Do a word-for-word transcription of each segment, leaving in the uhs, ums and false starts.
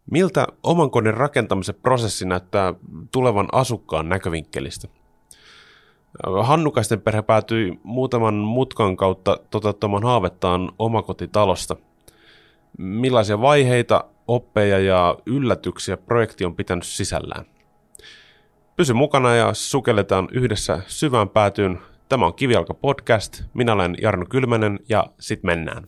Miltä oman kodin rakentamisen prosessi näyttää tulevan asukkaan näkövinkkelistä? Hannukaisten perhe päätyi muutaman mutkan kautta toteuttamaan haavettaan omakotitalosta. Millaisia vaiheita, oppeja ja yllätyksiä projekti on pitänyt sisällään? Pysy mukana ja sukelletaan yhdessä syvään päätyyn. Tämä on Kivijalka podcast. Minä olen Jarno Kylmänen ja sit mennään.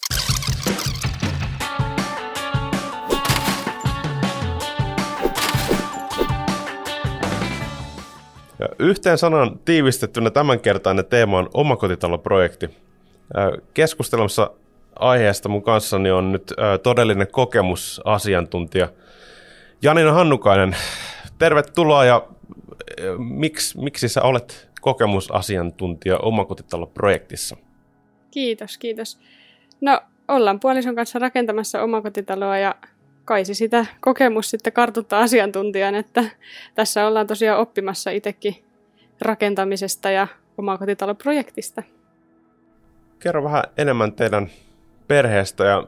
Ja yhteen sanan tiivistettynä tämänkertainen teema on omakotitaloprojekti. Keskustelemassa aiheesta mun kanssani on nyt todellinen kokemusasiantuntija Janina Hannukainen. Tervetuloa ja miksi, miksi sä olet kokemusasiantuntija omakotitaloprojektissa? Kiitos, kiitos. No ollaan puolison kanssa rakentamassa omakotitaloa ja kai se sitä kokemus sitten kartuttaa asiantuntijan, että tässä ollaan tosiaan oppimassa itsekin rakentamisesta ja omakotitaloprojektista. Kerro vähän enemmän teidän perheestä ja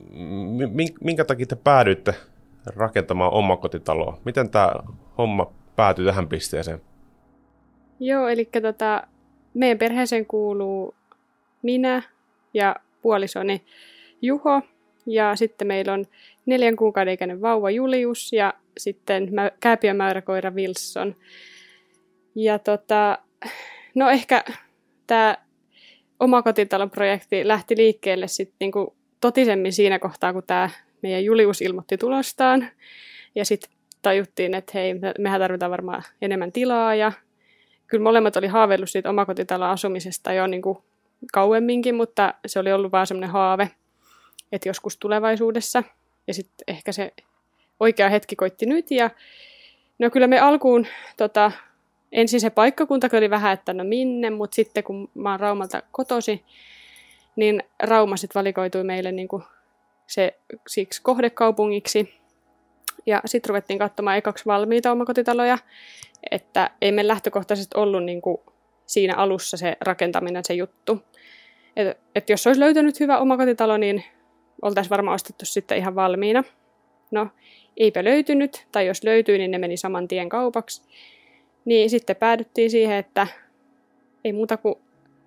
minkä takia te päädyitte rakentamaan omakotitaloa? Miten tämä homma päätyi tähän pisteeseen? Joo, eli tota, meidän perheeseen kuuluu minä ja puolisoni Juho. Ja sitten meillä on neljän kuukauden ikäinen vauva Julius ja sitten kääpiömäyräkoira Wilson. Ja tota, no ehkä tämä omakotitaloprojekti lähti liikkeelle sitten niinku totisemmin siinä kohtaa, kun tämä meidän Julius ilmoitti tulostaan. Ja sitten tajuttiin, että hei, mehän tarvitaan varmaan enemmän tilaa. Ja kyllä molemmat oli haaveillut siitä omakotitalon asumisesta jo niinku kauemminkin, mutta se oli ollut vaan semmoinen haave, että joskus tulevaisuudessa. Ja sitten ehkä se oikea hetki koitti nyt. Ja no kyllä me alkuun, tota, ensin se paikkakunta oli vähän, että no minne, mutta sitten kun mä oon Raumalta kotosi, niin Rauma sitten valikoitui meille niinku se siksi kohdekaupungiksi. Ja sitten ruvettiin katsomaan ekaksi valmiita omakotitaloja, että ei me lähtökohtaisesti ollut niinku siinä alussa se rakentaminen se juttu. Että et jos olisi löytänyt hyvä omakotitalo, niin oltaisiin varmaan ostettu sitten ihan valmiina. No, eipä löytynyt, tai jos löytyi, niin ne meni saman tien kaupaksi. Niin sitten päädyttiin siihen, että ei muuta kuin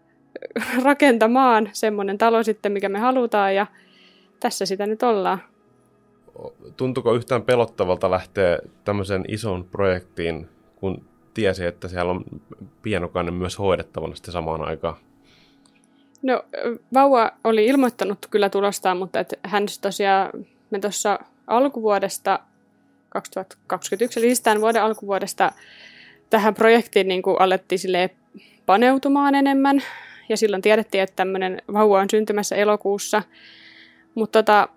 rakentamaan semmoinen talo sitten, mikä me halutaan, ja tässä sitä nyt ollaan. Tuntuuko yhtään pelottavalta lähteä tämmöiseen isoon projektiin, kun tiesi, että siellä on pienokainen myös hoidettavana sitten samaan aikaan? No, vauva oli ilmoittanut kyllä tulostaan, mutta et hän tosiaan, me tuossa alkuvuodesta kaksituhattakaksikymmentäyksi, eli siis tämän vuoden alkuvuodesta, tähän projektiin niin kuin alettiin silleen paneutumaan enemmän. Ja silloin tiedettiin, että tämmöinen vauva on syntymässä elokuussa. Mutta tota,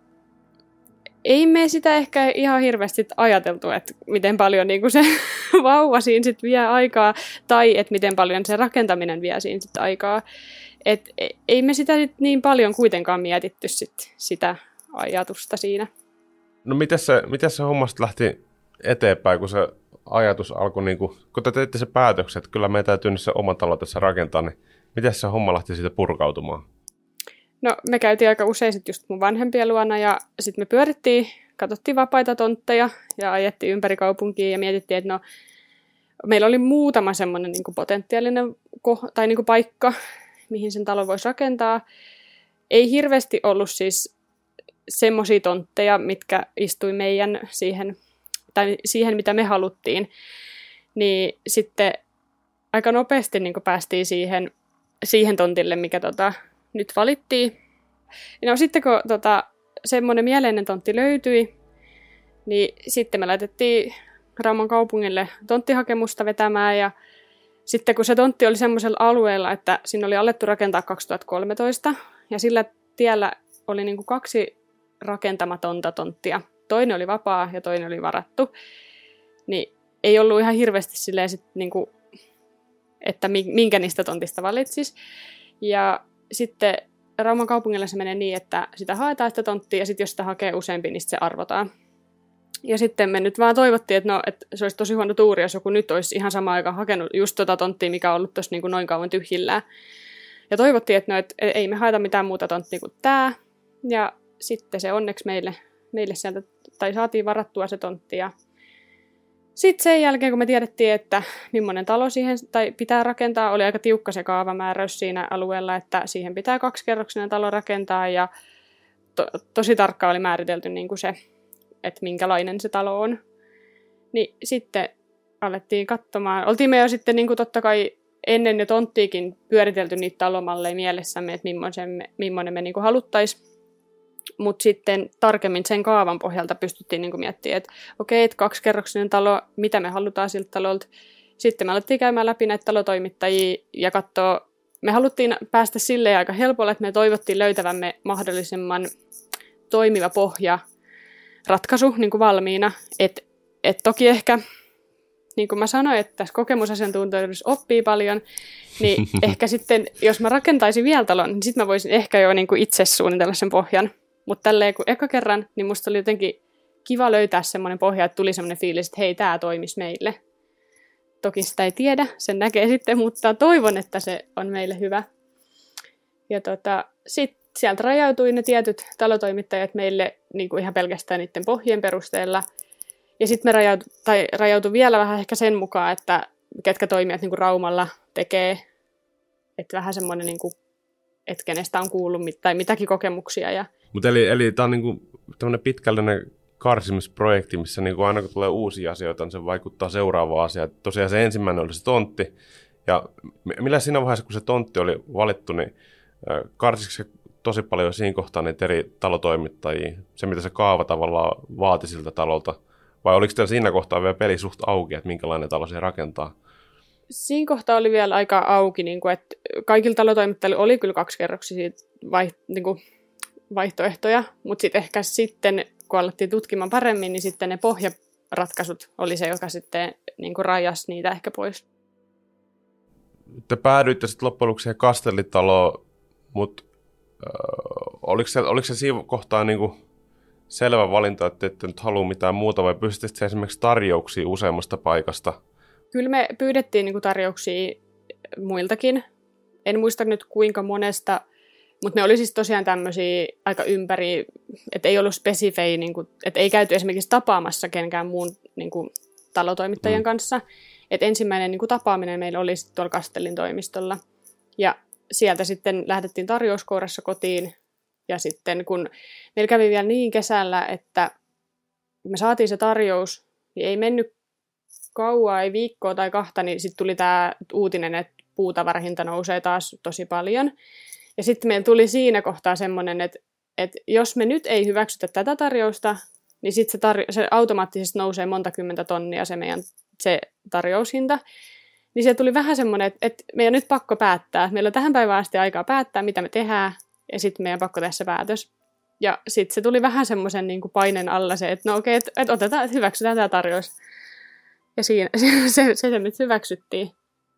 ei me sitä ehkä ihan hirveästi ajateltu, että miten paljon niin kuin se vauva siinä sit vie aikaa, tai että miten paljon se rakentaminen vie siinä sit aikaa. Et ei me sitä nyt niin paljon kuitenkaan mietitty sit, sitä ajatusta siinä. No miten se, miten se homma lähti eteenpäin, kun se ajatus alkoi, niin kuin, kun te teitte se päätöksen, että kyllä meidän täytyy nyt se oma talo tässä rakentaa, niin miten se homma lähti siitä purkautumaan? No me käytiin aika usein sit just mun vanhempien luona ja sitten me pyörittiin, katsottiin vapaita tontteja ja ajettiin ympäri kaupunkia ja mietittiin, että no meillä oli muutama semmoinen niin kuin potentiaalinen ko- tai niin kuin paikka, mihin sen talon voisi rakentaa. Ei hirveästi ollut siis semmoisia tontteja, mitkä istui meidän siihen, tai siihen, mitä me haluttiin. Niin sitten aika nopeasti niin kuin päästiin siihen, siihen tontille, mikä tota, nyt valittiin. No sitten kun tota, semmoinen mieleinen tontti löytyi, niin sitten me laitettiin Rauman kaupungille tonttihakemusta vetämään ja sitten kun se tontti oli semmoisella alueella, että siinä oli alettu rakentaa kaksituhattakolmetoista ja sillä tiellä oli niin kuin kaksi rakentamatonta tonttia. Toinen oli vapaa ja toinen oli varattu. Niin ei ollut ihan hirveästi silleen sit niin kuin, että minkä niistä tontista valitsisi. Ja sitten Rauman kaupungilla se menee niin, että sitä haetaan sitä tonttia ja sitten jos sitä hakee useampi, niin se arvotaan. Ja sitten me nyt vaan toivottiin, että, no, että se olisi tosi huono tuuri, jos joku nyt olisi ihan samaan aikaan hakenut just tota tonttia, mikä on ollut tuossa niin kuin noin kauan tyhjillään. Ja toivottiin, että, no, että ei me haeta mitään muuta tonttia kuin tämä. Ja sitten se onneksi meille, meille sieltä tai saatiin varattua se tontti. Ja sitten sen jälkeen, kun me tiedettiin, että millainen talo siihen tai pitää rakentaa, oli aika tiukka se kaavamääräys siinä alueella, että siihen pitää kaksikerroksinen talo rakentaa ja to, tosi tarkkaan oli määritelty niin kuin se, että minkälainen se talo on. Niin sitten alettiin katsomaan. Oltiin me jo sitten niin kuin totta kai ennen jo tonttiikin pyöritelty niitä talomalleja mielessämme, että millainen me, millainen me niin kuin haluttaisiin. Mutta sitten tarkemmin sen kaavan pohjalta pystyttiin niin kuin miettimään, että okei, että kaksikerroksinen talo, mitä me halutaan siltä talolta. Sitten me alettiin käymään läpi näitä talotoimittajia ja katsoa. Me haluttiin päästä silleen aika helpolla, että me toivottiin löytävämme mahdollisimman toimiva pohja ratkaisu niin kuin valmiina. Että et toki ehkä, niin kuin mä sanoin, että tässä kokemusasiantuntijuudessa oppii paljon, niin ehkä sitten, jos mä rakentaisin vielä talon, niin sitten mä voisin ehkä jo niin kuin itse suunnitella sen pohjan. Mutta tälleen kun eka kerran, niin musta oli jotenkin kiva löytää semmoinen pohja, että tuli semmoinen fiilis, että hei, tää toimisi meille. Toki sitä ei tiedä, sen näkee sitten, mutta toivon, että se on meille hyvä. Ja tota, sitten sieltä rajautui ne tietyt talotoimittajat meille niin kuin ihan pelkästään niiden pohjien perusteella. Ja sitten me rajautu, tai rajautui vielä vähän ehkä sen mukaan, että ketkä toimijat niin kuin Raumalla tekee. Että vähän semmoinen, niin kuin, että kenestä on kuullut tai mitäkin kokemuksia. Ja Mutta eli, eli tämä on niinku tämmöinen pitkällinen karsimisprojekti, missä niinku aina kun tulee uusia asioita, niin se vaikuttaa seuraavaan asiaan. Tosiaan se ensimmäinen oli se tontti. Ja millä siinä vaiheessa, kun se tontti oli valittu, niin karsiksi se tosi paljon siinä kohtaa niitä eri talotoimittajia? Se, mitä se kaava tavallaan vaati siltä talolta? Vai oliko teillä siinä kohtaa vielä peli suht auki, että minkälainen talo se rakentaa? Siinä kohtaa oli vielä aika auki, niin kuin, että kaikilla talotoimittajilla oli kyllä kaksikerroksisia vai, niin kuin vaihtoehtoja, mutta sitten ehkä sitten, kun alettiin tutkimaan paremmin, niin sitten ne pohjaratkaisut oli se, joka sitten niin kuin rajasi niitä ehkä pois. Te päädyitte sitten loppujen lopuksi siihen Kastellitaloon, mutta äh, oliko, se, oliko se siinä kohtaa niin kuin selvä valinta, että ette nyt halua mitään muuta, vai pystytte se esimerkiksi tarjouksia useammasta paikasta? Kyllä me pyydettiin niin kuin tarjouksia muiltakin. En muista nyt kuinka monesta, mutta ne oli siis tosiaan tämmöisiä aika ympäri, että ei ollut spesifejä, niin kuin, että ei käyty esimerkiksi tapaamassa kenenkään muun niin kuin, talotoimittajien mm. kanssa. Et ensimmäinen niin kuin, tapaaminen meillä oli sitten tuolla Kastellin toimistolla. Ja sieltä sitten lähdettiin tarjouskourassa kotiin. Ja sitten kun meillä kävi vielä niin kesällä, että me saatiin se tarjous, niin ei mennyt kauaa, ei viikkoa tai kahta, niin sitten tuli tämä uutinen, että puutavarahinta nousee taas tosi paljon. Ja sitten meillä tuli siinä kohtaa semmoinen, että, että jos me nyt ei hyväksytä tätä tarjousta, niin sitten se, tarjo- se automaattisesti nousee monta kymmentä tonnia se meidän se tarjoushinta. Niin se tuli vähän semmoinen, että, että meidän on nyt pakko päättää. Meillä on tähän päivään asti aikaa päättää, mitä me tehdään, ja sitten meidän on pakko tehdä se päätös. Ja sitten se tuli vähän semmoisen niin kuin paineen alla se, että no okei, että, että otetaan, että hyväksytään tämä tarjous. Ja siinä se, se, se nyt hyväksyttiin.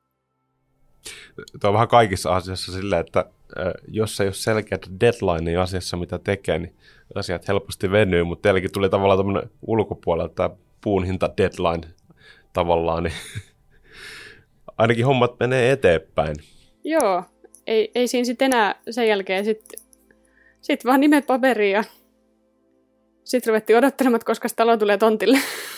Tämä on vähän kaikissa asiassa silleen, että jos ei ole selkeät deadline asiassa, mitä tekee, niin asiat helposti venyy, mutta teilläkin tuli tavallaan tämmöinen ulkopuolelta tämä puun hinta deadline tavallaan, niin ainakin hommat menee eteenpäin. Joo, ei, ei siinä sitten enää sen jälkeen sitten sit vaan nimet paperiin ja sitten ruvettiin odottelemaan, koska talo tulee tontille.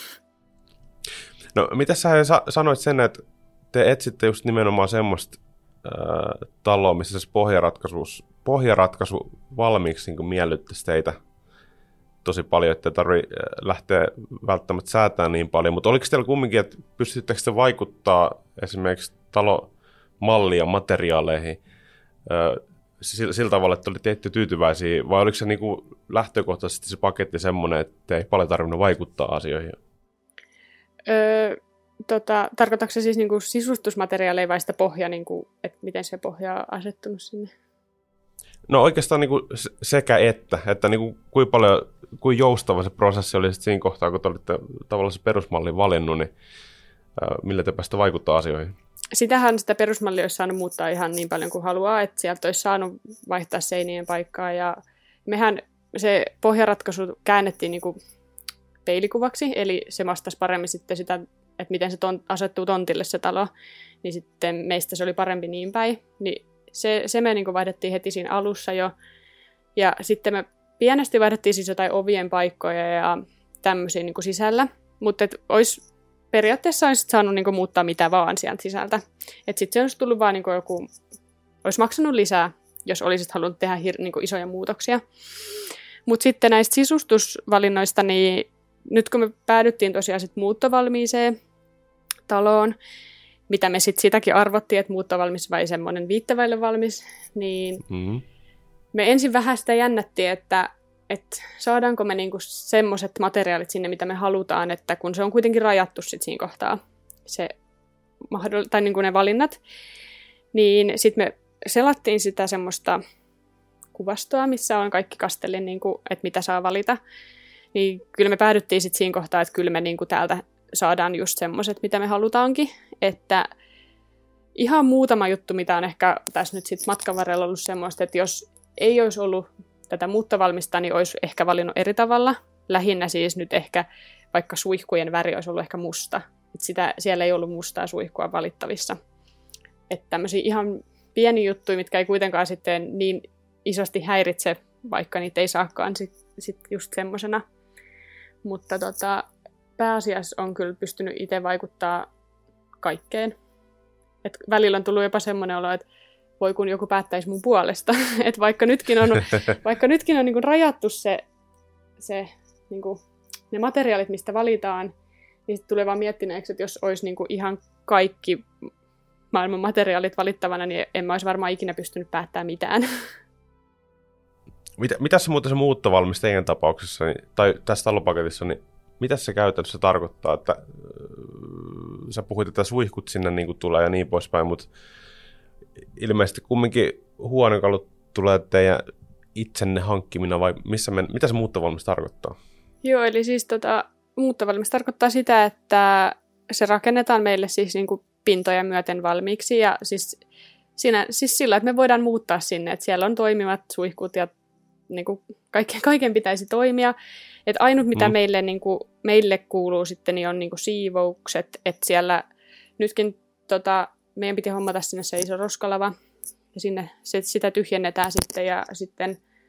No, mitä sä sanoit sen, että te etsitte just nimenomaan semmoista äh, taloa, missä se pohjaratkaisu, pohjaratkaisu valmiiksi niin miellyttäisi teitä tosi paljon, että ei tarvitse lähteä välttämättä säätämään niin paljon. Mutta oliko teillä kumminkin, että pystyttekö te vaikuttaa esimerkiksi talomallia ja materiaaleihin äh, sillä, sillä tavalla, että olitte itse tyytyväisiä, vai oliko se niin kuin lähtökohtaisesti se paketti semmoinen, että ei paljon tarvinnut vaikuttaa asioihin? Öö, tota, tarkoitatko se siis niinku sisustusmateriaaleja vai sitä pohjaa, niinku, että miten se pohja on asettunut sinne? No oikeastaan niinku sekä että, että niinku kuinka paljon, kuinka joustava se prosessi oli siinä kohtaa, kun te olitte tavallaan se perusmallin valinnut, niin ää, millä te päästä vaikuttaa asioihin? Sitähän sitä perusmallia olisi saanut muuttaa ihan niin paljon kuin haluaa, että sieltä olisi saanut vaihtaa seinien paikkaa, ja mehän se pohjaratkaisu käännettiin niinku peilikuvaksi, eli se vastasi paremmin sitten sitä, että miten se ton, asettuu tontille se talo, niin sitten meistä se oli parempi niin päin. Niin se, se me niin kuin vaihdettiin heti siinä alussa jo, ja sitten me pienesti vaihdettiin siis jotain ovien paikkoja, ja tämmöisiä niin kuin sisällä, mutta olisi periaatteessa olisi saanut niin kuin muuttaa mitä vaan sieltä sisältä. Että sitten se olisi tullut vaan niin kuin joku, olisi maksanut lisää, jos olisit halunnut tehdä hir- niin kuin isoja muutoksia. Mutta sitten näistä sisustusvalinnoista, niin nyt kun me päädyttiin tosiaan sit muuttovalmiiseen taloon, mitä me sitten sitäkin arvottiin, että muuttovalmis vai semmoinen viittäväille valmis, niin mm-hmm. me ensin vähän sitä jännättiin, että, että saadaanko me niinku semmoiset materiaalit sinne, mitä me halutaan, että kun se on kuitenkin rajattu sit siinä kohtaa, se, tai niinku ne valinnat, niin sitten me selattiin sitä semmoista kuvastoa, missä on kaikki kastellin, niinku, että mitä saa valita. Niin kyllä me päädyttiin sitten siinä kohtaa, että kyllä me niinku täältä saadaan just semmoiset, mitä me halutaankin. Että ihan muutama juttu, mitä on ehkä tässä nyt sitten matkan varrella ollut semmoista, että jos ei olisi ollut tätä muuttovalmista, niin olisi ehkä valinnut eri tavalla. Lähinnä siis nyt ehkä vaikka suihkujen väri olisi ollut ehkä musta. Että sitä, siellä ei ollut mustaa suihkua valittavissa. Että tämmöisiä ihan pieniä juttuja, mitkä ei kuitenkaan sitten niin isosti häiritse, vaikka niitä ei saakaan sitten sit just semmoisena. Mutta tota, pääasiassa on kyllä pystynyt itse vaikuttaa kaikkeen. Et välillä on tullut jopa semmoinen olo, että voi kun joku päättäisi mun puolesta. Että vaikka nytkin on, vaikka nytkin on niinku rajattu se, se, niinku, ne materiaalit, mistä valitaan, niin sitten tulee vaan miettineeksi, että jos olisi niinku ihan kaikki maailman materiaalit valittavana, niin en mä olisi varmaan ikinä pystynyt päättämään mitään. Mitä, mitäs muuten se muuttovalmis teidän tapauksessa, niin, tai tässä talopaketissa, niin mitä se käytännössä tarkoittaa, että äh, sä puhuit, että suihkut sinne niin kuin tulee ja niin poispäin, mutta ilmeisesti kumminkin huonekalut tulee teidän itsenne hankkimina, vai missä me, mitä se muuttovalmis tarkoittaa? Joo, eli siis tota, muuttovalmis tarkoittaa sitä, että se rakennetaan meille siis niin kuin pintoja myöten valmiiksi, ja siis, siinä, siis sillä, että me voidaan muuttaa sinne, että siellä on toimivat suihkut ja niin kuin kaiken, kaiken pitäisi toimia. Et ainut, mitä mm. meille, niin kuin, meille kuuluu sitten, niin on niin kuin siivoukset. Että siellä nytkin tota, meidän piti hommata sinne se iso roskalava. Ja sinne se, sitä tyhjennetään sitten. Ja sitten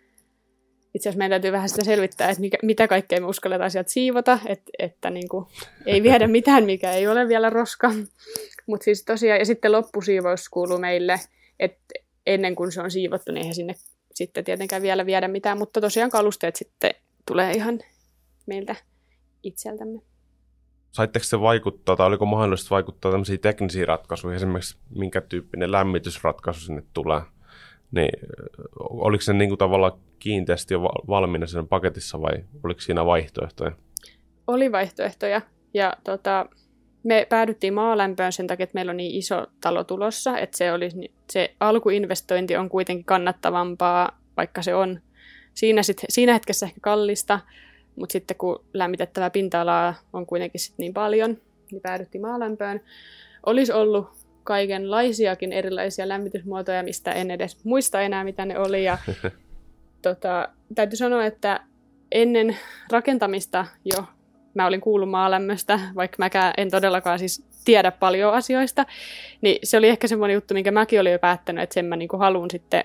itse asiassa meidän täytyy vähän sitä selvittää, että mikä, mitä kaikkea me uskalletaan sieltä siivota. Et, että niin kuin, ei viedä mitään, mikä ei ole vielä roska. Mut siis tosiaan, ja sitten loppusiivous kuuluu meille. Että ennen kuin se on siivottu, niin eihän sinne sitten tietenkään vielä viedä mitään, mutta tosiaan kalusteet sitten tulee ihan meiltä itseltämme. Saitteko se vaikuttaa, tai oliko mahdollista vaikuttaa tämmöisiin teknisiin ratkaisuihin, esimerkiksi minkä tyyppinen lämmitysratkaisu sinne tulee, niin oliko se niin kuin tavallaan kiinteästi jo valmiina siinä paketissa, vai oliko siinä vaihtoehtoja? Oli vaihtoehtoja, ja tota, me päädyttiin maalämpöön sen takia, että meillä on niin iso talo tulossa, että se, olisi, se alkuinvestointi on kuitenkin kannattavampaa, vaikka se on siinä, sit, siinä hetkessä ehkä kallista, mutta sitten kun lämmitettävää pinta-alaa on kuitenkin sit niin paljon, niin päädyttiin maalämpöön. Olisi ollut kaikenlaisiakin erilaisia lämmitysmuotoja, mistä en edes muista enää, mitä ne oli. Ja, tota, täytyy sanoa, että ennen rakentamista jo mä olin kuullut maalämmöstä, vaikka mäkään en todellakaan siis tiedä paljon asioista, niin se oli ehkä semmoinen juttu, minkä mäkin olin jo päättänyt, että sen mä niin kuin haluan sitten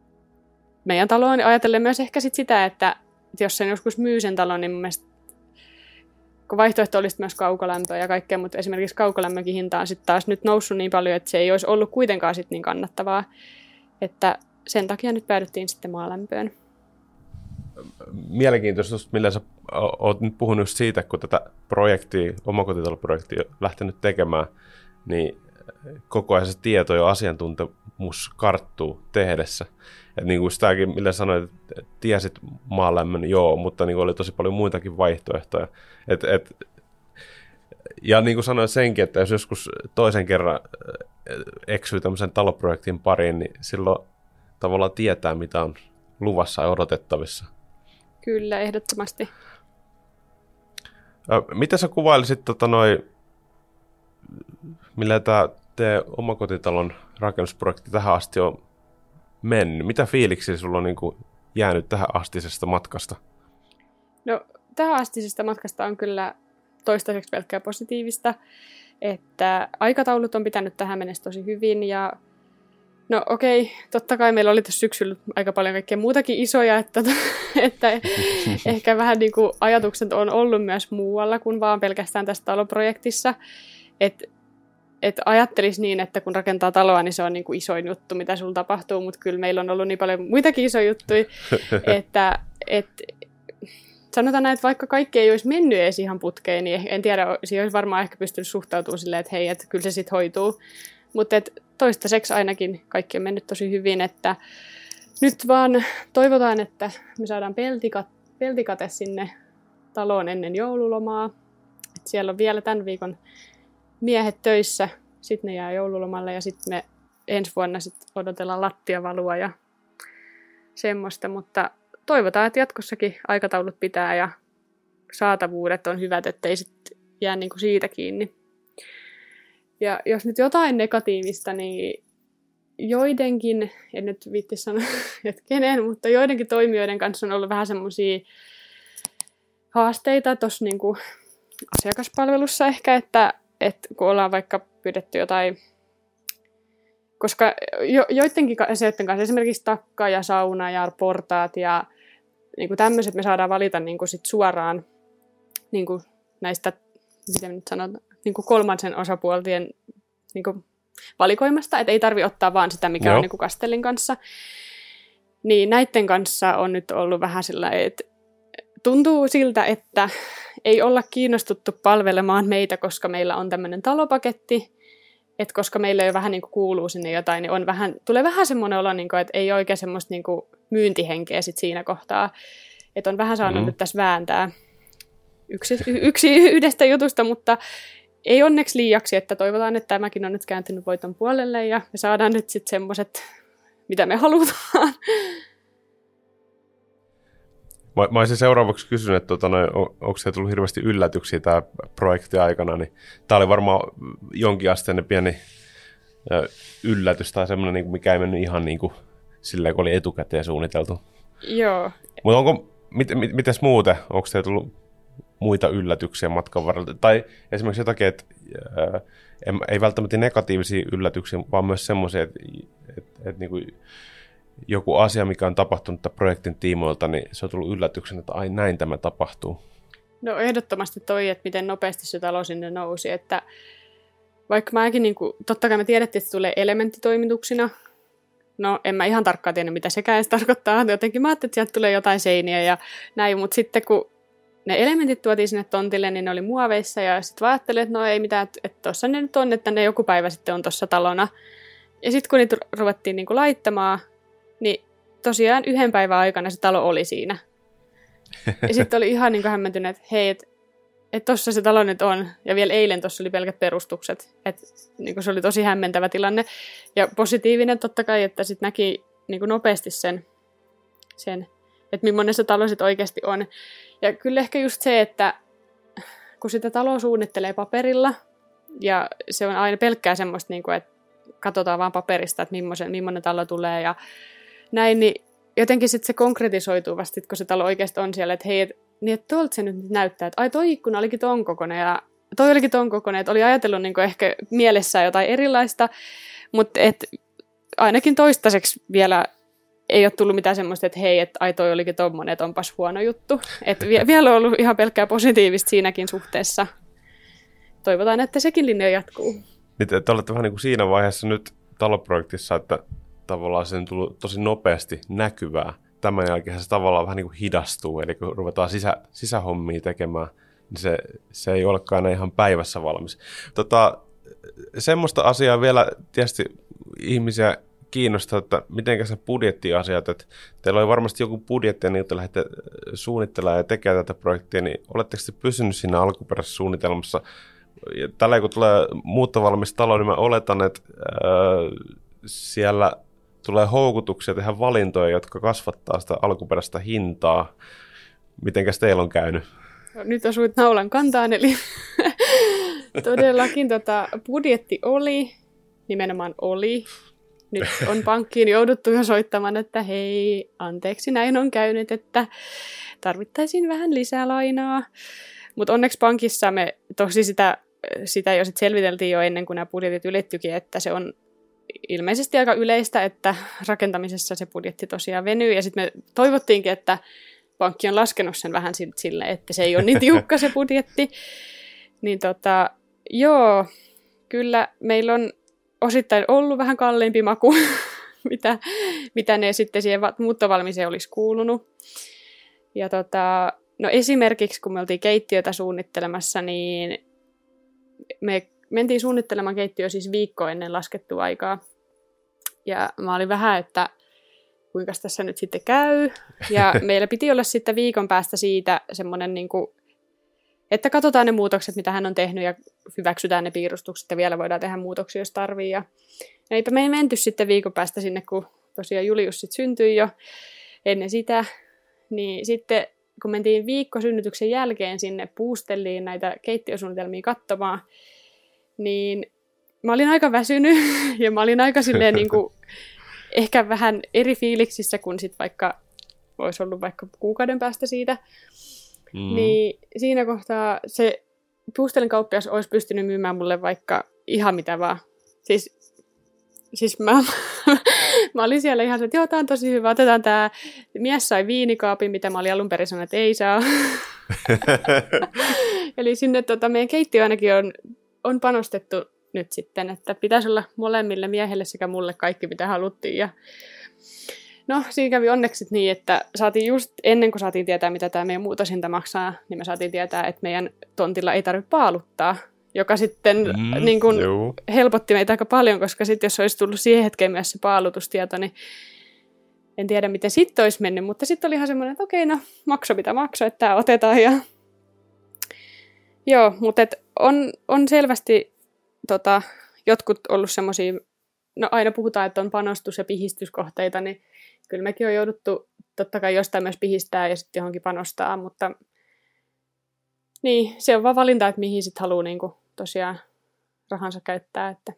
meidän taloon. Ajatellen myös ehkä sit sitä, että jos sen joskus myy sen talon, niin mun mielestä kun vaihtoehto olisi myös kaukolämpöä ja kaikkea, mutta esimerkiksi kaukolämmönkin hinta on sitten taas nyt noussut niin paljon, että se ei olisi ollut kuitenkaan sit niin kannattavaa. Että sen takia nyt päädyttiin sitten maalämpöön. Mielenkiintoista, millä sä oot nyt puhunut just siitä, kun tätä projektia, omakotitaloprojektia lähtenyt tekemään, niin koko ajan se tieto ja asiantuntemus karttuu tehdessä. Et niin kuin sitäkin, millä sanoit, että tiesit maalämmön, joo, mutta niin oli tosi paljon muitakin vaihtoehtoja. Et, et, ja niin kuin sanoit senkin, että jos joskus toisen kerran eksyy tämmöisen taloprojektin pariin, niin silloin tavallaan tietää, mitä on luvassa ja odotettavissa. Kyllä, ehdottomasti. Miten sä kuvailisit, tota noi, millä tämä teidän omakotitalon rakennusprojekti tähän asti on mennyt? Mitä fiiliksiä sulla on niin kuin jäänyt tähän astisesta matkasta? No, tähän astisesta matkasta on kyllä toistaiseksi pelkkää positiivista, että aikataulut on pitänyt tähän mennessä tosi hyvin ja No okei, okay. Totta kai meillä oli tässä syksyllä aika paljon kaikkea muutakin isoja, että, että ehkä vähän niin kuin ajatukset on ollut myös muualla kuin vaan pelkästään tässä taloprojektissa. Että et ajattelisi niin, että kun rakentaa taloa, niin se on niin kuin isoin juttu, mitä sulla tapahtuu, mutta kyllä meillä on ollut niin paljon muitakin isoja juttuja, että et, sanotaan näin, että vaikka kaikki ei olisi mennyt edes ihan putkeen, niin en tiedä, siihen olisi varmaan ehkä pystynyt suhtautumaan silleen, että hei, että kyllä se sitten hoituu. Mutta toistaiseksi ainakin kaikki on mennyt tosi hyvin, että nyt vaan toivotaan, että me saadaan peltikat, peltikate sinne taloon ennen joululomaa. Et siellä on vielä tämän viikon miehet töissä, sitten ne jää joululomalle ja sitten me ensi vuonna sit odotellaan lattiavalua ja semmoista, mutta toivotaan, että jatkossakin aikataulut pitää ja saatavuudet on hyvät, ettei sitten jää niinku siitä kiinni. Ja jos nyt jotain negatiivista, niin joidenkin, en nyt viitti sanoa, että kenen, mutta joidenkin toimijoiden kanssa on ollut vähän semmoisia haasteita tuossa niinku asiakaspalvelussa ehkä, että, että kun ollaan vaikka pyydetty jotain, koska jo, joidenkin asioiden kanssa, esimerkiksi takka ja sauna ja portaat ja niinku tämmöiset me saadaan valita niinku sit suoraan niinku näistä, miten nyt sanon, niinku kolmansen osapuolien niinku valikoimasta, että ei tarvitse ottaa vaan sitä, mikä Joo. on niinku Kastellin kanssa. Niin näiden kanssa on nyt ollut vähän sellainen, että tuntuu siltä, että ei olla kiinnostuttu palvelemaan meitä, koska meillä on tämmöinen talopaketti, että koska meillä jo vähän niinku kuuluu sinne jotain, niin on vähän, tulee vähän semmoinen olo, niinku, että ei oikein semmoista niinku myyntihenkeä sit siinä kohtaa. Että on vähän saanut mm. nyt tässä vääntää yksi, yksi yhdestä jutusta, mutta ei onneksi liiaksi, että toivotaan, että tämäkin on nyt kääntynyt voiton puolelle ja me saadaan nyt sitten semmoiset, mitä me halutaan. Mä, mä olisin seuraavaksi kysynyt, että tota, no, on, onko se tullut hirveästi yllätyksiä tämä projekti aikana, niin tämä oli varmaan jonkinasteinen pieni yllätys tai semmoinen, mikä ei mennyt ihan niin kuin silleen, kun oli etukäteen suunniteltu. Joo. Mutta onko, mit, mit, mites muuten, onko se tullut muita yllätyksiä matkan varrella? Tai esimerkiksi jotakin, että ää, ei välttämättä negatiivisia yllätyksiä, vaan myös semmoisia, että, että, että niin kuin joku asia, mikä on tapahtunut tämän projektin tiimoilta, niin se on tullut yllätyksenä, että ai näin tämä tapahtuu. No ehdottomasti toi, että miten nopeasti se talo sinne nousi, että vaikka mäkin, niin kuin, totta kai me tiedettiin, että se tulee elementtitoimituksina, no en mä ihan tarkkaan tiedä, mitä sekään edes tarkoittaa, jotenkin mä ajattelin, että sieltä tulee jotain seiniä ja näin, mutta sitten kun ne elementit tuotiin sinne tontille, niin ne oli muoveissa ja sitten ajattelin, että no ei mitään, että tuossa ne nyt on, että ne joku päivä sitten on tuossa talona. Ja sitten kun niitä ruvettiin niin kuin laittamaan, niin tosiaan yhden päivän aikana se talo oli siinä. Ja sitten oli ihan niin kuin hämmentynyt, että hei, että et tuossa se talo nyt on. Ja vielä eilen tuossa oli pelkät perustukset. Että niin kuin se oli tosi hämmentävä tilanne. Ja positiivinen totta kai, että sitten näki niin kuin nopeasti sen, sen, että millainen se talo sitten oikeasti on. Ja kyllä ehkä just se, että kun sitä taloa suunnittelee paperilla, ja se on aina pelkkää semmoista, niin kuin, että katsotaan vaan paperista, että millainen, millainen talo tulee ja näin, niin jotenkin sitten se konkretisoituu vasta, kun se talo oikeasti on siellä, että hei, et, niin että tuolta se nyt näyttää, että ai toi ikkuna olikin ton kokoinen ja toi olikin ton kokoinen, että oli ajatellut niin kuin ehkä mielessään jotain erilaista, mutta et ainakin toistaiseksi vielä ei ole tullut mitään semmoista, että hei, että ai toi olikin tommonen, että onpas huono juttu. Että vie, vielä on ollut ihan pelkkää positiivista siinäkin suhteessa. Toivotaan, että sekin linja jatkuu. Niin te, te olette vähän niin kuin siinä vaiheessa nyt taloprojektissa, että tavallaan se on tullut tosi nopeasti näkyvää. Tämän jälkeen se tavallaan vähän niin kuin hidastuu, eli kun ruvetaan sisä, sisähommia tekemään, niin se, se ei olekaan aina ihan päivässä valmis. Tota, semmoista asiaa vielä tietysti ihmisiä kiinnostaa, että miten se budjettiasiat, että teillä oli varmasti joku budjetti, niin te lähdette suunnittelemaan ja tekemään tätä projektia, niin oletteko te pysynyt siinä alkuperäisessä suunnitelmassa? Ja tällä kun tulee muuttovalmis talo, niin mä oletan, että ää, siellä tulee houkutuksia tehdä valintoja, jotka kasvattaa sitä alkuperäistä hintaa. Mitenkäs teillä on käynyt? No, nyt osuit naulan kantaan, eli todellakin tota, budjetti oli, nimenomaan oli. Nyt on pankkiin jouduttu jo soittamaan, että hei, anteeksi, näin on käynyt, että tarvittaisiin vähän lisää lainaa. Mutta onneksi pankissa me tosi sitä, sitä jo sit selviteltiin jo ennen kuin nämä budjetit ylittyikin, että se on ilmeisesti aika yleistä, että rakentamisessa se budjetti tosiaan venyy. Ja sitten me toivottiinkin, että pankki on laskenut sen vähän sille, että se ei ole niin tiukka se budjetti. Niin tota, joo, kyllä meillä on osittain ollut vähän kalliimpi maku, mitä, mitä ne sitten siihen muuttovalmiiseen olisi kuulunut. Ja tota, no esimerkiksi kun me oltiin keittiötä suunnittelemassa, niin me mentiin suunnittelemaan keittiöä siis viikko ennen laskettua aikaa. Ja mä olin vähän, että kuinka tässä nyt sitten käy. Ja meillä piti olla sitten viikon päästä siitä semmoinen, niin kuin, että katsotaan ne muutokset, mitä hän on tehnyt ja hyväksytään ne piirustukset ja vielä voidaan tehdä muutoksia, jos tarvii. Ja eipä me ei menty sitten viikon päästä sinne, kun tosiaan Julius sitten syntyi jo ennen sitä. Niin sitten kun mentiin viikko synnytyksen jälkeen sinne puustelliin näitä keittiösuunnitelmia katsomaan, niin mä olin aika väsynyt ja mä olin aika silleen niin kuin ehkä vähän eri fiiliksissä kuin sit vaikka olisi ollut vaikka kuukauden päästä siitä. Mm. Niin siinä kohtaa se puustelin kauppias olisi pystynyt myymään mulle vaikka ihan mitä vaan. Siis, siis mä, mä olin siellä ihan se, että joo, tää on tosi hyvä, otetaan tää. Mies sai viinikaapin, mitä mä olin alun perin sanonut, että ei saa. Eli sinne tota, meidän keittiö ainakin on, on panostettu nyt sitten, että pitäisi olla molemmille miehelle sekä mulle kaikki, mitä haluttiin. Ja no, siinä kävi onneksi niin, että saatiin just ennen kuin saatiin tietää, mitä tämä meidän muutoshinta maksaa, niin me saatiin tietää, että meidän tontilla ei tarvitse paaluttaa, joka sitten mm, niin kun helpotti meitä aika paljon, koska sitten jos olisi tullut siihen hetkeen myös se paalutustieto, niin en tiedä, miten sitten olisi mennyt, mutta sitten oli ihan semmoinen, että okei, no makso mitä makso, että tämä otetaan. Ja joo, mutta et on, on selvästi tota, jotkut ollut semmoisia, no aina puhutaan, että on panostus- ja pihistyskohteita, niin kyllä mekin on jouduttu totta kai jostain myös pihistää ja sitten johonkin panostaa, mutta niin, se on vaan valinta, että mihin sitten haluaa niin kuin, tosiaan rahansa käyttää. Että.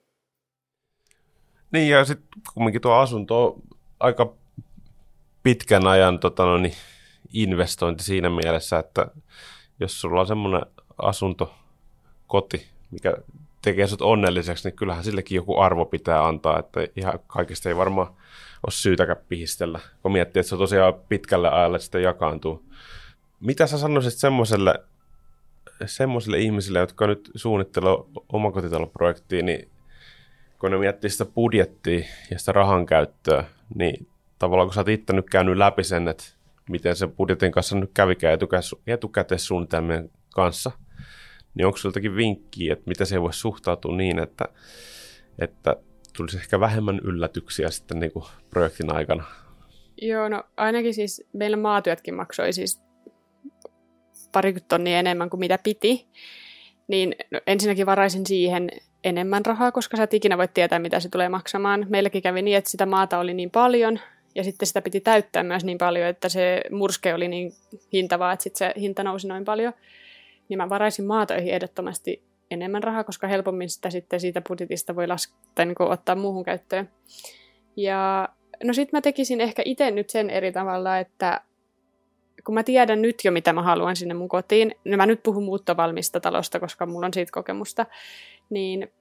Niin, ja sitten kumminkin tuo asunto on aika pitkän ajan tota, no niin, investointi siinä mielessä, että jos sulla on semmoinen asunto, koti, mikä tekee sut onnelliseksi, niin kyllähän sillekin joku arvo pitää antaa, että ihan kaikesta ei varmaan ole syytäkään pihistellä, kun miettii, että se on tosiaan pitkälle ajalle sitten jakaantuu. Mitä sä sanoisit semmoiselle, semmoisille ihmisille, jotka nyt suunnittelee omakotitaloprojektia, niin kun ne miettii sitä budjettia ja sitä rahan käyttöä, niin tavallaan kun sä oot itse nyt käynyt läpi sen, että miten se budjetin kanssa nyt kävikään etukäteissuunnitelmien kanssa, niin onko sinulla jotakin vinkkiä, että miten se voisi suhtautua niin, että, että tulisi ehkä vähemmän yllätyksiä sitten niin kuin projektin aikana? Joo, no ainakin siis meillä maatyötkin maksoi siis parikymmentä tonnia enemmän kuin mitä piti. Niin no, ensinnäkin varaisin siihen enemmän rahaa, koska sä et ikinä voi tietää, mitä se tulee maksamaan. Meilläkin kävi niin, että sitä maata oli niin paljon, ja sitten sitä piti täyttää myös niin paljon, että se murske oli niin hintavaa, että sitten se hinta nousi noin paljon. Niin mä varaisin maatöihin ehdottomasti enemmän rahaa, koska helpommin sitä sitten siitä budjetista voi laskea tai niin kuin ottaa muuhun käyttöön. Ja no sit mä tekisin ehkä itse nyt sen eri tavalla, että kun mä tiedän nyt jo, mitä mä haluan sinne mun kotiin, no mä nyt puhun muuttovalmista talosta, koska mulla on siitä kokemusta, niin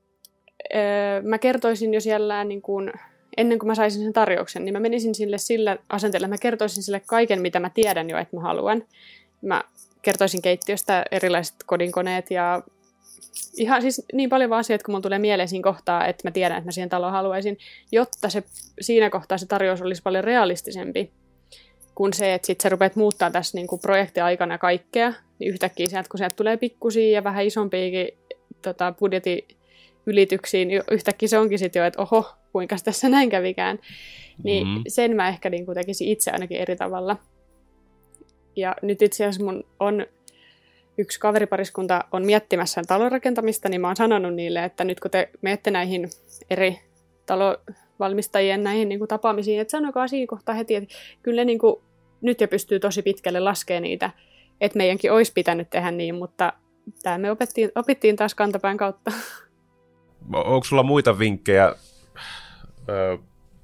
öö, mä kertoisin jo siellä niin kuin, ennen kuin mä saisin sen tarjouksen, niin mä menisin sille sillä asenteella, että mä kertoisin sille kaiken, mitä mä tiedän jo, että mä haluan. Mä kertoisin keittiöstä erilaiset kodinkoneet ja ihan siis niin paljon vaan asioita, kun mun tulee mieleen siinä kohtaa, että mä tiedän, että mä siihen taloon haluaisin, jotta se, siinä kohtaa se tarjous olisi paljon realistisempi kuin se, että sit sä rupeat muuttaa tässä niin kuin projektin aikana kaikkea, niin yhtäkkiä sieltä, kun sieltä tulee pikkusia ja vähän isompiakin tota, budjetin ylityksiä, niin yhtäkkiä se onkin sitten jo, että oho, kuinka tässä näin kävikään. Niin mm-hmm. sen mä ehkä niin kuin tekisin itse ainakin eri tavalla. Ja nyt itse asiassa mun on yksi kaveripariskunta on miettimässä talon rakentamista, niin mä oon sanonut niille, että nyt kun te menette näihin eri talovalmistajien näihin niin kuin tapaamisiin, että sanokaa siinä kohtaa heti, että kyllä niin kuin, nyt jo pystyy tosi pitkälle laskemaan niitä, että meidänkin olisi pitänyt tehdä niin, mutta tämä me opettiin, opittiin taas kantapään kautta. Onko sulla muita vinkkejä ö,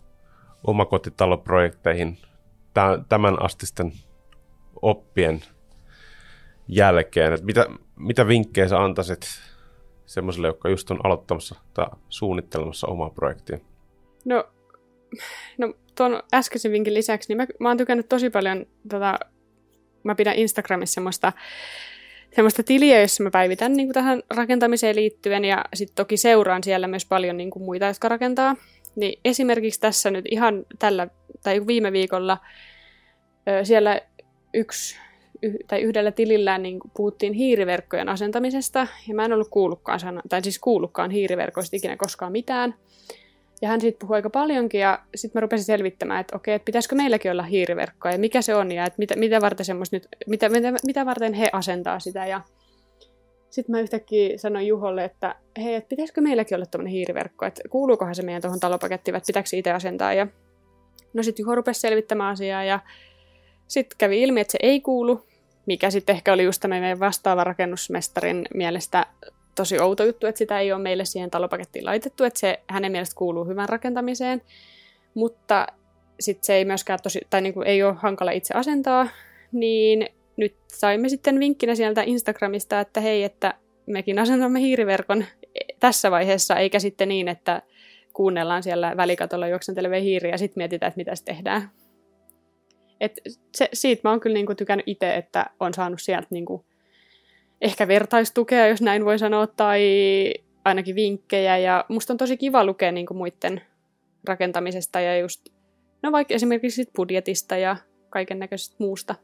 omakotitaloprojekteihin tämän astisten oppien jälkeen? Et mitä, mitä vinkkejä sä antaisit semmoiselle, joka just on aloittamassa tai suunnittelemassa omaa projektia? No, no tuon äskeisen vinkin lisäksi, niin mä, mä oon tykännyt tosi paljon, tota, mä pidän Instagramissa semmoista, semmoista tiliä, jossa mä päivitän niin kuin tähän rakentamiseen liittyen, ja sitten toki seuraan siellä myös paljon niin kuin muita, jotka rakentaa. Niin esimerkiksi tässä nyt ihan tällä, tai viime viikolla ö, siellä yksi, yh, tai yhdellä tilillä niin puhuttiin hiiriverkkojen asentamisesta, ja mä en ollut kuullutkaan, tai siis kuullutkaan hiiriverkoista ikinä koskaan mitään. Ja hän siitä puhui aika paljonkin, ja sitten mä rupesin selvittämään, että okei, että pitäisikö meilläkin olla hiiriverkkoa, ja mikä se on, ja että mitä, mitä, varten nyt, mitä, mitä, mitä varten he asentaa sitä. Ja sitten mä yhtäkkiä sanoin Juholle, että hei, että pitäisikö meilläkin olla tämmöinen hiiriverkko, että kuuluukohan se meidän tuohon talopakettiin, että pitääkö itse asentaa. Ja no sitten Juho rupesi selvittämään asiaa, ja sitten kävi ilmi, että se ei kuulu, mikä sitten ehkä oli just tämä meidän vastaava rakennusmestarin mielestä tosi outo juttu, että sitä ei ole meille siihen talopakettiin laitettu, että se hänen mielestä kuuluu hyvän rakentamiseen, mutta sitten se ei myöskään tosi, tai niin kuin ei ole hankala itse asentaa, niin nyt saimme sitten vinkkinä sieltä Instagramista, että hei, että mekin asentamme hiiriverkon tässä vaiheessa, eikä sitten niin, että kuunnellaan siellä välikatolla juoksentelevia hiiriä ja sitten mietitään, että mitä se tehdään. Et se, siitä mä oon kyllä niinku tykännyt itse, että on saanut sieltä niinku ehkä vertaistukea, jos näin voi sanoa, tai ainakin vinkkejä. Ja musta on tosi kiva lukea niinku muiden rakentamisesta ja just, no vaikka esimerkiksi sit budjetista ja kaiken näköisestä muusta.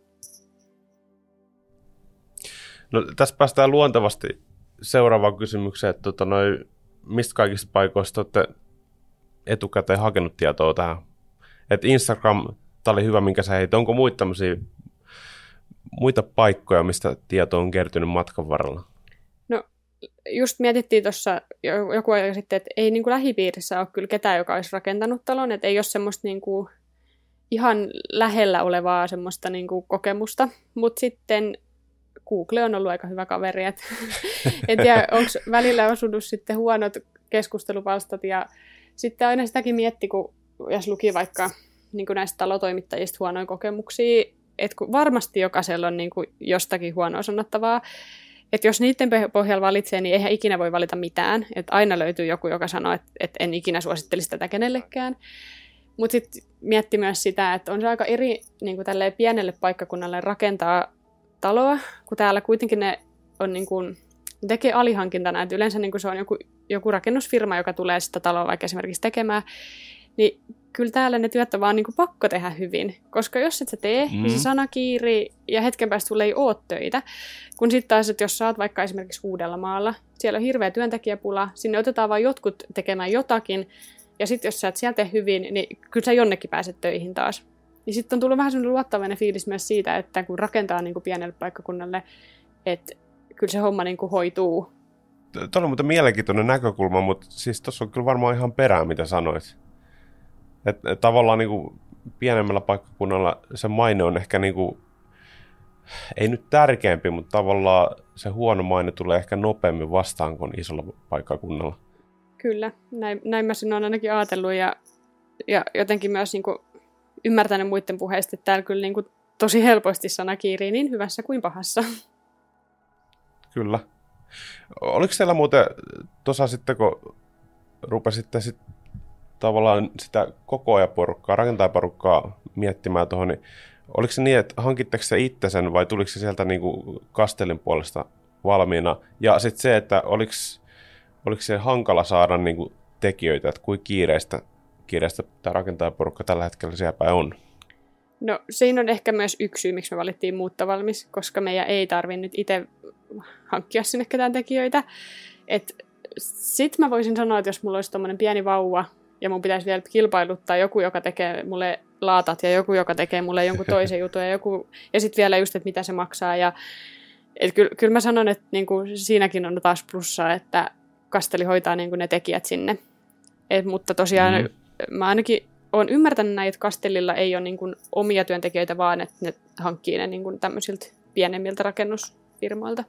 No, tässä päästään luontevasti seuraavaan kysymykseen, että tota, noi, mistä kaikista paikoista olette etukäteen hakenut tietoa tähän? Et Instagram, tämä oli hyvä, minkä sä heitit. Onko muita tämmöisiä muita paikkoja, mistä tieto on kertynyt matkan varrella? No, just mietittiin tuossa joku ajan sitten, että ei niin kuin lähipiirissä ole kyllä ketään, joka olisi rakentanut talon, että ei ole semmoista niin kuin ihan lähellä olevaa semmoista niin kuin kokemusta, mutta sitten Google on ollut aika hyvä kaveri, että en tiedä, onko välillä osunut sitten huonot keskustelupalstat, ja sitten aina sitäkin mietti, kun jos luki vaikka niin kuin näistä talotoimittajista huonoja kokemuksia, että kun varmasti jokaisella on niin kuin jostakin huonoa sanottavaa, että jos niiden pohjalla valitsee, niin eihän ikinä voi valita mitään, että aina löytyy joku, joka sanoo, että, että en ikinä suosittelisi tätä kenellekään. Mutta sitten mietti myös sitä, että on se aika eri niin kuin tälleen pienelle paikkakunnalle rakentaa taloa, kun täällä kuitenkin ne on niin kuin, ne tekee alihankintana, että yleensä niin kuin se on joku, joku rakennusfirma, joka tulee sitä taloa vaikka esimerkiksi tekemään, niin kyllä täällä ne työt on vaan niin kuin pakko tehdä hyvin, koska jos et sä tee, mm. niin se sana kiirii ja hetken päästä sulle ei ole töitä, kun sitten taas, että jos sä oot vaikka esimerkiksi Uudellamaalla, siellä on hirveä työntekijäpula, sinne otetaan vaan jotkut tekemään jotakin, ja sitten jos sä et siellä tee hyvin, niin kyllä sä jonnekin pääset töihin taas. Ja sitten on tullut vähän sellainen luottavainen fiilis myös siitä, että kun rakentaa niin kuin pienelle paikkakunnalle, että kyllä se homma niin kuin hoituu. Tuo on muuten mielenkiintoinen näkökulma, mutta siis tuossa on kyllä varmaan ihan perää, mitä sanoit. Että et tavallaan niin kuin pienemmällä paikkakunnalla se maine on ehkä, niin kuin, ei nyt tärkeämpi, mutta tavallaan se huono maine tulee ehkä nopeammin vastaan kuin isolla paikkakunnalla. Kyllä, näin, näin mä sen olen ainakin ajatellut ja, ja jotenkin myös niin kuin ymmärtänyt muiden puheista, että täällä kyllä niin kuin tosi helposti sana kiirii niin hyvässä kuin pahassa. Kyllä. Oliko siellä muuten tuossa sitten, kun rupesitte sit tavallaan sitä koko ajan porukkaa, rakentajaporukkaa miettimään tuohon, niin oliko se niin, että hankitteko se itse sen vai tuliko se sieltä niin kuin Kastellin puolesta valmiina? Ja sitten se, että oliko, oliko se hankala saada niin kuin tekijöitä, että kuinka kiireistä, kiireistä tämä rakentajaporukka tällä hetkellä siellä päin on? No siinä on ehkä myös yksi syy, miksi me valittiin muuttovalmis, koska meidän ei tarvinnut itse hankkia sinne ketään tekijöitä. Sitten mä voisin sanoa, että jos mulla olisi tommoinen pieni vauva, ja mun pitäisi vielä kilpailuttaa joku, joka tekee mulle laatat, ja joku, joka tekee mulle jonkun toisen jutun, ja, joku, ja sitten vielä just, että mitä se maksaa. Ja, et kyllä, kyllä mä sanon, että niinku, siinäkin on taas plussaa, että Kasteli hoitaa niinku, ne tekijät sinne. Et, mutta tosiaan mm. mä ainakin olen ymmärtänyt näin, että Kastellilla ei ole niinku, omia työntekijöitä, vaan että ne hankkii ne niinku, tämmöisiltä pienemmiltä rakennusfirmoilta.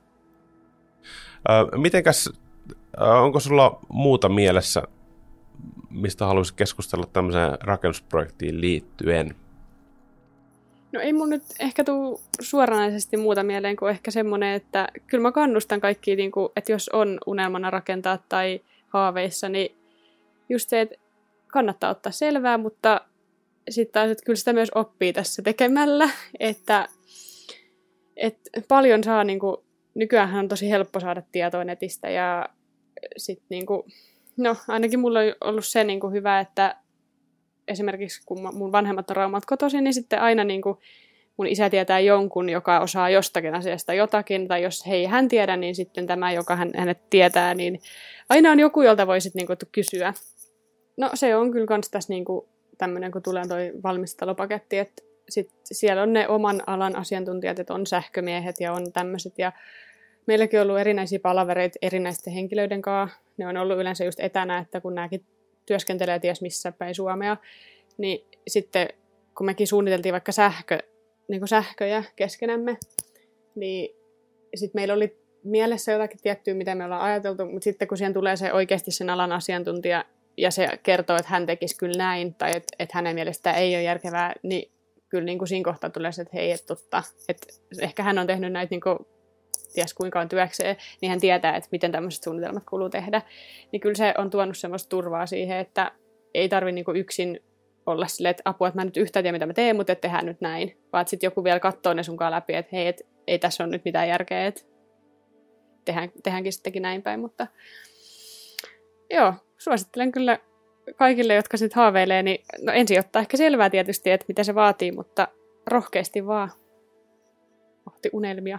Ö, mitenkäs, onko sulla muuta mielessä, mistä haluaisit keskustella tämmöiseen rakennusprojektiin liittyen? No ei mun nyt ehkä tule suoranaisesti muuta mieleen kuin ehkä semmoinen, että kyllä mä kannustan kaikkia, niin kuin, että jos on unelmana rakentaa tai haaveissa, niin just se, että kannattaa ottaa selvää, mutta sitten taas, että kyllä sitä myös oppii tässä tekemällä, että, että paljon saa, niin kuin, nykyään on tosi helppo saada tietoa netistä ja sitten niin kuin, no ainakin mulla on ollut se niin kuin hyvä, että esimerkiksi kun mun vanhemmat on Raumalta kotoisin, niin sitten aina niin kuin mun isä tietää jonkun, joka osaa jostakin asiasta jotakin, tai jos he ei hän tiedä, niin sitten tämä, joka hän, hänet tietää, niin aina on joku, jolta voisit niin kuin kysyä. No se on kyllä kans tässä niin kuin tämmöinen, kun tulee toi valmistalopaketti, että sit siellä on ne oman alan asiantuntijat, että on sähkömiehet ja on tämmöiset, ja meilläkin on ollut erinäisiä palavereita erinäisten henkilöiden kanssa. Ne on ollut yleensä just etänä, että kun nämäkin työskentelee ties missä päin Suomea, niin sitten kun mekin suunniteltiin vaikka sähkö, niin kuin sähköjä keskenämme, niin sitten meillä oli mielessä jotakin tiettyä, mitä me ollaan ajateltu, mutta sitten kun siihen tulee se oikeasti sen alan asiantuntija, ja se kertoo, että hän tekisi kyllä näin, tai että, että hänen mielestään ei ole järkevää, niin kyllä niin kuin siinä kohtaa tulee se, että hei, että totta, että ehkä hän on tehnyt näitä niin kuin ties kuinka on työkseen, niin hän tietää, että miten tämmöiset suunnitelmat kuuluu tehdä. Niin kyllä se on tuonut semmoista turvaa siihen, että ei tarvitse niinku yksin olla silleen, että apua, että mä nyt yhtään tiedä, mitä mä teen, mutta et tehdään nyt näin. Vaan sitten joku vielä katsoo ne sunkaan läpi, että hei, et, ei tässä ole nyt mitään järkeä, että tehdään, tehdäänkin sittenkin näin päin. Mutta joo, suosittelen kyllä kaikille, jotka sitten haaveilee, niin no ensin ottaa ehkä selvää tietysti, että mitä se vaatii, mutta rohkeasti vaan kohti unelmia.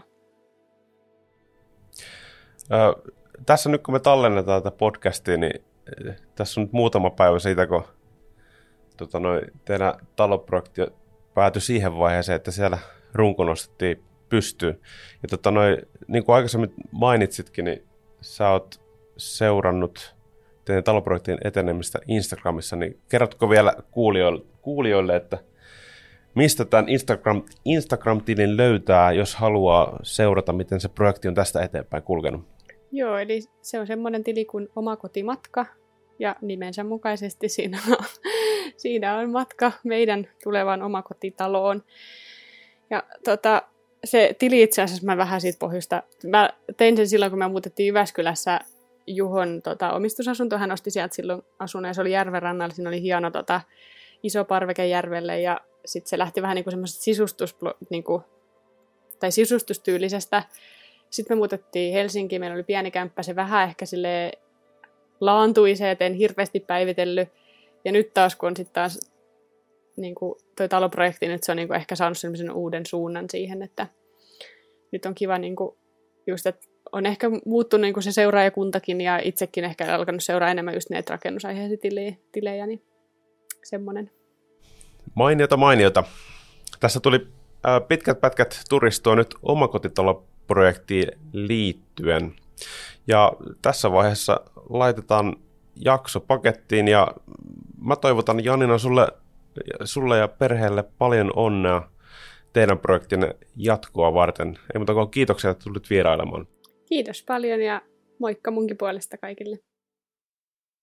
Ö, tässä nyt kun me tallennetaan tätä podcastia, niin tässä on nyt muutama päivä siitä, kun tota, noi, teidän taloprojekti päätyi siihen vaiheeseen, että siellä runko nostettiin pystyyn. Ja tota, noi, niin kuin aikaisemmin mainitsitkin, niin sä oot seurannut teidän taloprojektin etenemistä Instagramissa, niin kerrotko vielä kuulijoille, kuulijoille että mistä tämän Instagram, Instagram-tilin löytää, jos haluaa seurata, miten se projekti on tästä eteenpäin kulkenut? Joo, eli se on semmoinen tili kuin Omakotimatka, ja nimensä mukaisesti siinä on, siinä on matka meidän tulevaan omakotitaloon. Ja tota, se tili itse asiassa mä vähän siitä pohjusta. Mä tein sen silloin, kun me muutettiin Jyväskylässä Juhon tota, omistusasunto. Hän osti sieltä silloin asunnon, ja se oli järven rannalla. Siinä oli hieno tota, iso parveke järvelle, ja sitten se lähti vähän niin kuin semmoisesta sisustus, niin kuin, tai sisustustyylisestä. Sitten me muutettiin Helsinkiin, meillä oli pieni kämppä, se vähän ehkä silleen laantui se, et en hirveästi päivitellyt. Ja nyt taas, kun on sitten taas niin kuin toi taloprojekti, nyt se on niin kuin ehkä saanut sellaisen uuden suunnan siihen, että nyt on kiva niin kuin just, että on ehkä muuttunut niin kuin se seuraajakuntakin ja itsekin ehkä alkanut seuraa enemmän just näitä rakennusaiheisia tilejä, niin semmoinen. Mainiota, mainiota. Tässä tuli äh, pitkät pätkät turistua nyt omakotitaloprojektiin liittyen. Ja tässä vaiheessa laitetaan jakso pakettiin ja mä toivotan Janina sulle, sulle ja perheelle paljon onnea teidän projektin jatkoa varten. Ei muuta kuin kiitoksia, että tulit vierailemaan. Kiitos paljon ja moikka munkin puolesta kaikille.